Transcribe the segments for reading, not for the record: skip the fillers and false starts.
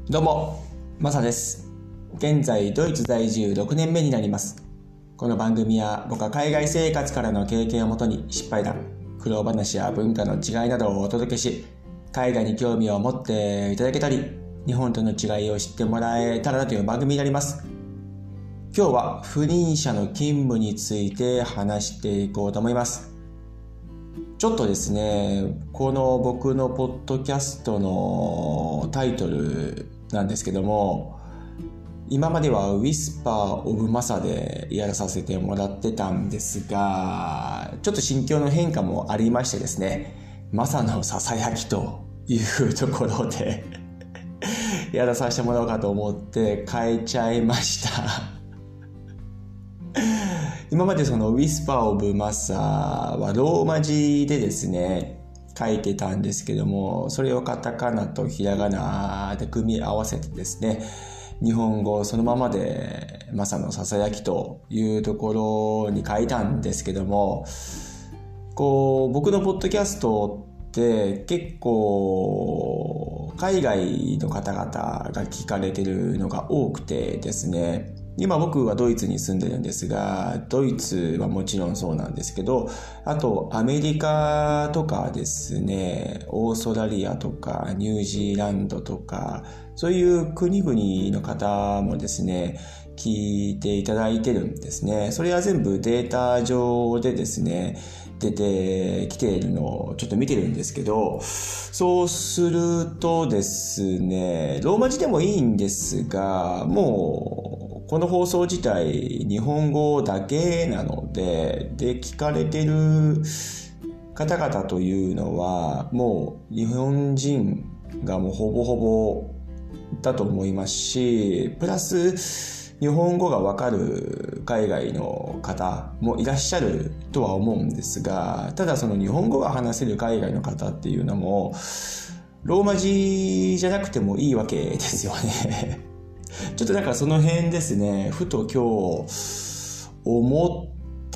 どうも、マサです。現在ドイツ在住6年目になります。この番組は僕は海外生活からの経験をもとに失敗談、苦労話や文化の違いなどをお届けし、海外に興味を持っていただけたり、日本との違いを知ってもらえたらなという番組になります。今日は不妊者の勤務について話していこうと思います。ちょっとですね、この僕のポッドキャストのタイトルなんですけども、今まではウィスパーオブマサでやらさせてもらってたんですが、ちょっと心境の変化もありましてですね、マサのささやきというところでやらさせてもらおうかと思って変えちゃいました今までそのウィスパーオブマサはローマ字でですね書いてたんですけども、それをカタカナとひらがなで組み合わせてですね、日本語そのままでマサのささやきというところに書いたんですけども、僕のポッドキャストって結構海外の方々が聞かれてるのが多くてですね、今僕はドイツに住んでるんですが、ドイツはもちろんそうなんですけど、あとアメリカとかですね、オーストラリアとかニュージーランドとか、そういう国々の方もですね、聞いていただいてるんですね。それは全部データ上でですね、出てきているのをちょっと見てるんですけど、そうするとですね、ローマ字でもいいんですが、もうこの放送自体日本語だけなので、聞かれてる方々というのはもう日本人がもうほぼほぼだと思いますし、プラス日本語がわかる海外の方もいらっしゃるとは思うんですが、ただその日本語が話せる海外の方っていうのもローマ字じゃなくてもいいわけですよねちょっとなんかその辺ですね、ふと今日思って、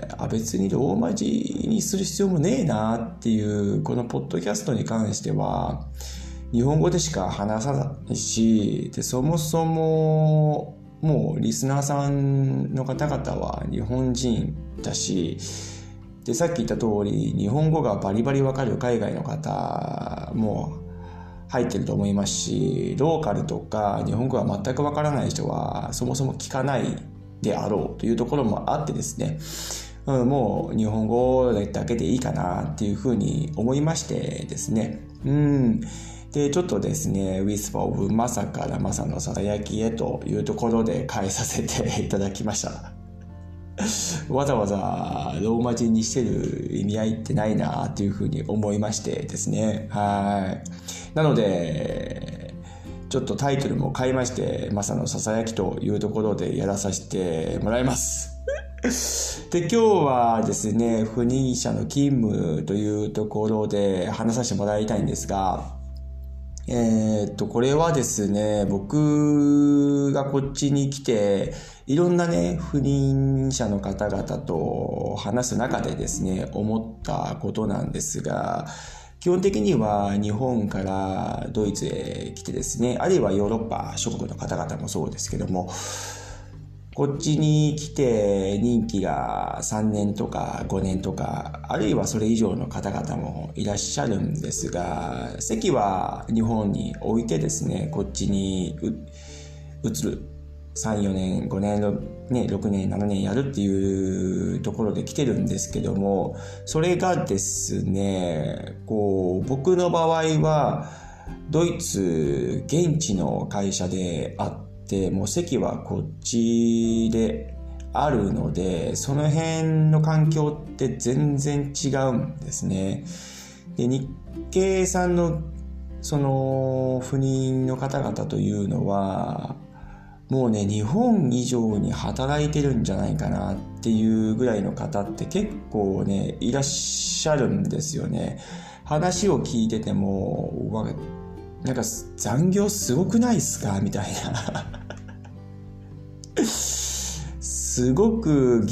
別にローマ字にする必要もねえなっていう、このポッドキャストに関しては日本語でしか話さないし、でそもそももうリスナーさんの方々は日本人だし、でさっき言った通り日本語がバリバリわかる海外の方も入ってると思いますし、ローカルとか日本語が全くわからない人はそもそも聞かないであろうというところもあってですね、もう日本語だけでいいかなっていうふうに思いましてですね、でちょっとですね、ウィスパーオブマサからマサのささやきへというところで変えさせていただきましたわざわざローマ字にしてる意味合いってないなっていうふうに思いましてですね。なのでちょっとタイトルも変えまして、マサのささやきというところでやらさせてもらいますで今日はですね、不妊者の勤務というところで話させてもらいたいんですが、これはですね、僕がこっちに来ていろんなね不妊者の方々と話す中でですね思ったことなんですが、基本的には日本からドイツへ来てですね、あるいはヨーロッパ諸国の方々もそうですけども、こっちに来て任期が3年とか5年とか、あるいはそれ以上の方々もいらっしゃるんですが、籍は日本に置いてですね、こっちに移る3、4年、5年、6年、7年やるっていうところで来てるんですけども、それがですね、僕の場合はドイツ現地の会社であって、もう席はこっちであるので、その辺の環境って全然違うんですね。で、日系さんのその不妊の方々というのはもうね、日本以上に働いてるんじゃないかなっていうぐらいの方って結構ねいらっしゃるんですよね。話を聞いててもなんか残業すごくないっすかみたいなすごくギャッ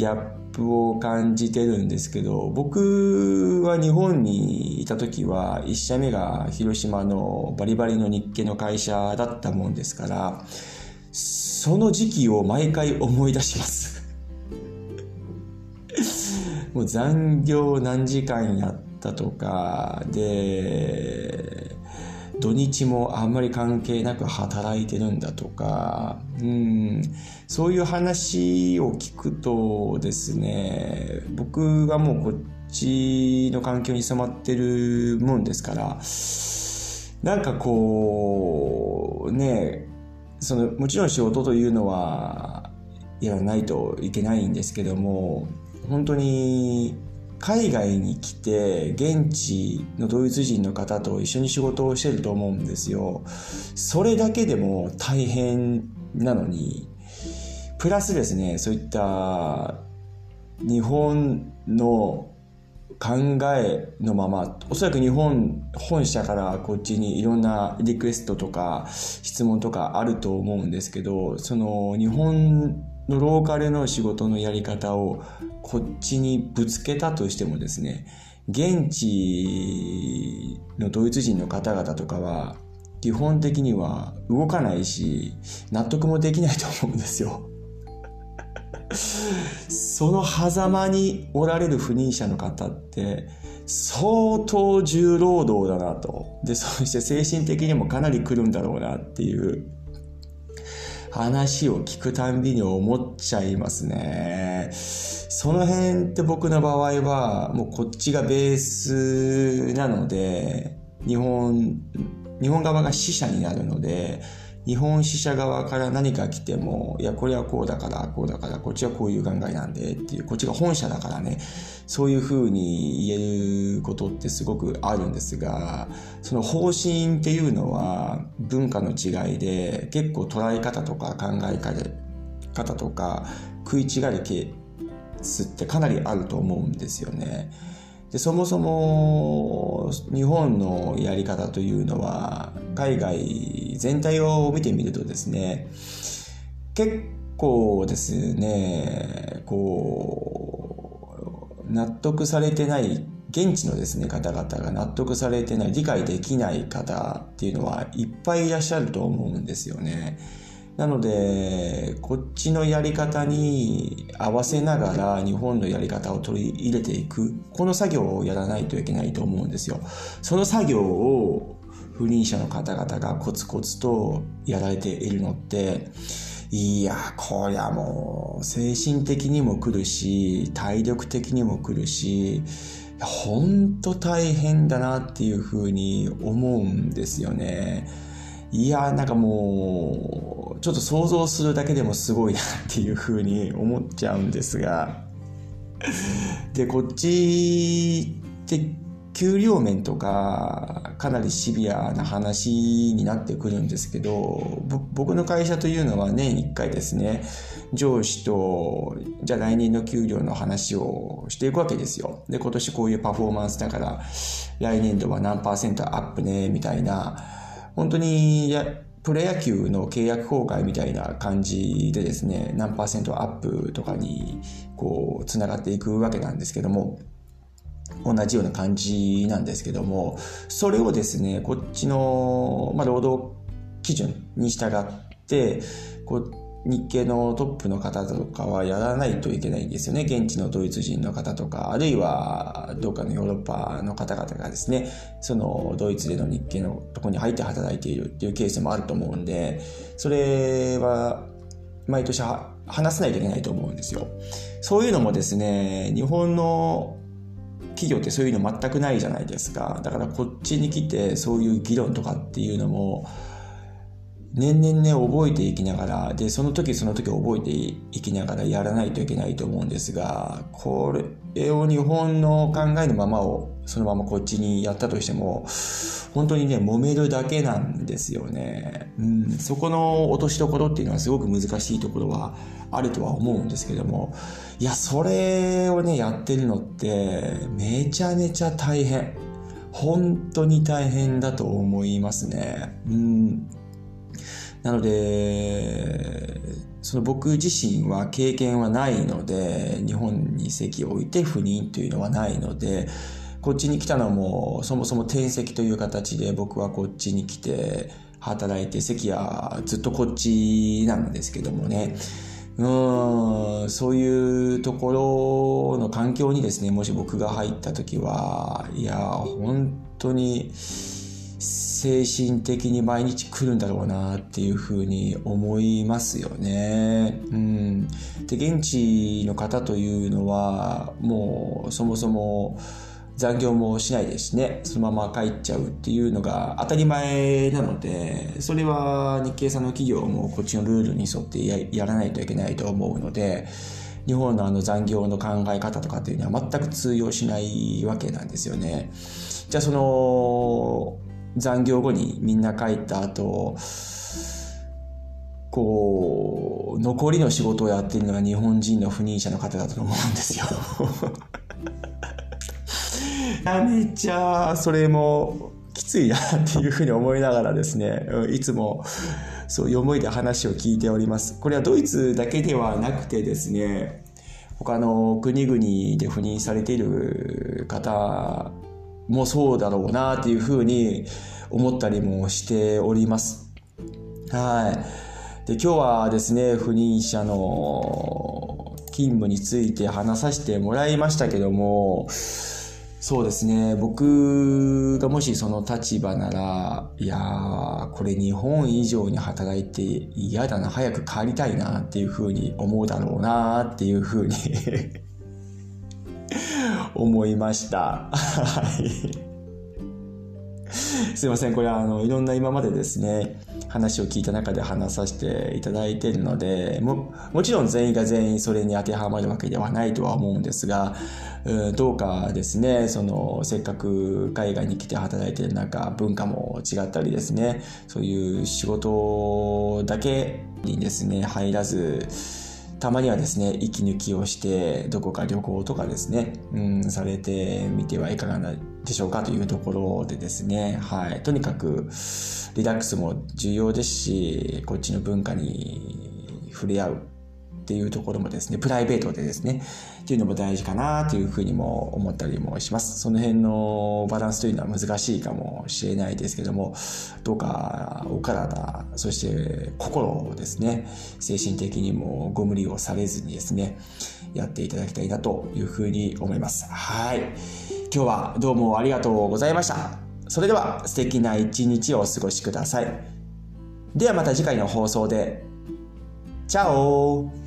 プを感じてるんですけど、僕は日本にいた時は1社目が広島のバリバリの日系の会社だったもんですから、その時期を毎回思い出しますもう残業何時間やったとかで、土日もあんまり関係なく働いてるんだとか、そういう話を聞くとですね、僕がもうこっちの環境に染まってるもんですから、なんかこうね、もちろん仕事というのはやらないといけないんですけども、本当に海外に来て現地のドイツ人の方と一緒に仕事をしてると思うんですよ。それだけでも大変なのに、プラスですね、そういった日本の考えのまま、おそらく本社からこっちにいろんなリクエストとか質問とかあると思うんですけど、その日本のローカルの仕事のやり方をこっちにぶつけたとしてもですね、現地のドイツ人の方々とかは基本的には動かないし、納得もできないと思うんですよその狭間におられる不妊者の方って相当重労働だなと。で、そして精神的にもかなり来るんだろうなっていう話を聞くたんびに思っちゃいますね。その辺って僕の場合はもうこっちがベースなので、日本側が支社になるので、日本支社側から何か来ても、いやこれはこうだからこっちはこういう考えなんでっていう、こっちが本社だからね、そういう風に言えることってすごくあるんですが、その方針っていうのは文化の違いで、結構捉え方とか考え方とか食い違うケースってかなりあると思うんですよね。で、そもそも日本のやり方というのは海外全体を見てみるとですね、結構ですね、納得されてない、現地のですね方々が納得されてない、理解できない方っていうのはいっぱいいらっしゃると思うんですよね。なのでこっちのやり方に合わせながら日本のやり方を取り入れていく、この作業をやらないといけないと思うんですよ。その作業を不妊者の方々がコツコツとやられているのって、いやこりゃもう精神的にも来るし、体力的にも来るし、ほんと大変だなっていうふうに思うんですよね。いやなんかもうちょっと想像するだけでもすごいなっていう風に思っちゃうんですが、でこっちって給料面とかかなりシビアな話になってくるんですけど、僕の会社というのは年1回ですね、上司とじゃあ来年の給料の話をしていくわけですよ。で今年こういうパフォーマンスだから来年度は何%アップねみたいな、本当にプロ野球の契約更改みたいな感じでですね、何%アップとかにつながっていくわけなんですけども、同じような感じなんですけども、それをですねこっちの、労働基準に従って日系のトップの方とかはやらないといけないんですよね。現地のドイツ人の方とか、あるいはどっかのヨーロッパの方々がですね、そのドイツでの日系のところに入って働いているっていうケースもあると思うんで、それは毎年話さないといけないと思うんですよ。そういうのもですね、日本の企業ってそういうの全くないじゃないですか。だからこっちに来てそういう議論とかっていうのも年々ね覚えていきながら、でその時覚えていきながらやらないといけないと思うんですが、これを日本の考えのままをそのままこっちにやったとしても本当にね揉めるだけなんですよね。そこの落としどころっていうのはすごく難しいところはあるとは思うんですけども、いやそれをねやってるのってめちゃめちゃ大変、本当に大変だと思いますね。 なので、その僕自身は経験はないので、日本に籍を置いて赴任というのはないので、こっちに来たのもそもそも転籍という形で僕はこっちに来て働いて、籍はずっとこっちなんですけどもね、そういうところの環境にですね、もし僕が入った時は、いや本当に精神的に毎日来るんだろうなっていうふうに思いますよね。で、現地の方というのはもうそもそも残業もしないですしね、そのまま帰っちゃうっていうのが当たり前なので、それは日系さんの企業もこっちのルールに沿ってやらないといけないと思うので、日本の残業の考え方とかっていうのは全く通用しないわけなんですよね。じゃあその残業後にみんな帰った後、こう残りの仕事をやっているのが日本人の赴任者の方だと思うんですよ。めっちゃそれもきついなっていうふうに思いながらですね、いつもそういう思いで話を聞いております。これはドイツだけではなくてですね、他の国々で赴任されている方もそうだろうなっていうふうに思ったりもしております。はい。で、今日はですね、赴任者の勤務について話させてもらいましたけども、そうですね、僕がもしその立場なら、いやー、これ日本以上に働いて嫌だな、早く帰りたいなっていうふうに思うだろうなっていうふうに思いました。はい。すいません、これはいろんな今までですね、話を聞いた中で話させていただいているので、もちろん全員が全員それに当てはまるわけではないとは思うんですが、どうかですね、せっかく海外に来て働いている中、文化も違ったりですね、そういう仕事だけにですね、入らず、たまにはですね、息抜きをしてどこか旅行とかですね、されてみてはいかがでしょうかというところでですね、はい、とにかくリラックスも重要ですし、こっちの文化に触れ合うっていうところもですね、プライベートでですねっていうのも大事かなというふうにも思ったりもします。その辺のバランスというのは難しいかもしれないですけども、どうかお体、そして心をですね、精神的にもご無理をされずにですね、やっていただきたいなというふうに思います。はい、今日はどうもありがとうございました。それでは素敵な一日をお過ごしください。ではまた次回の放送で。チャオ。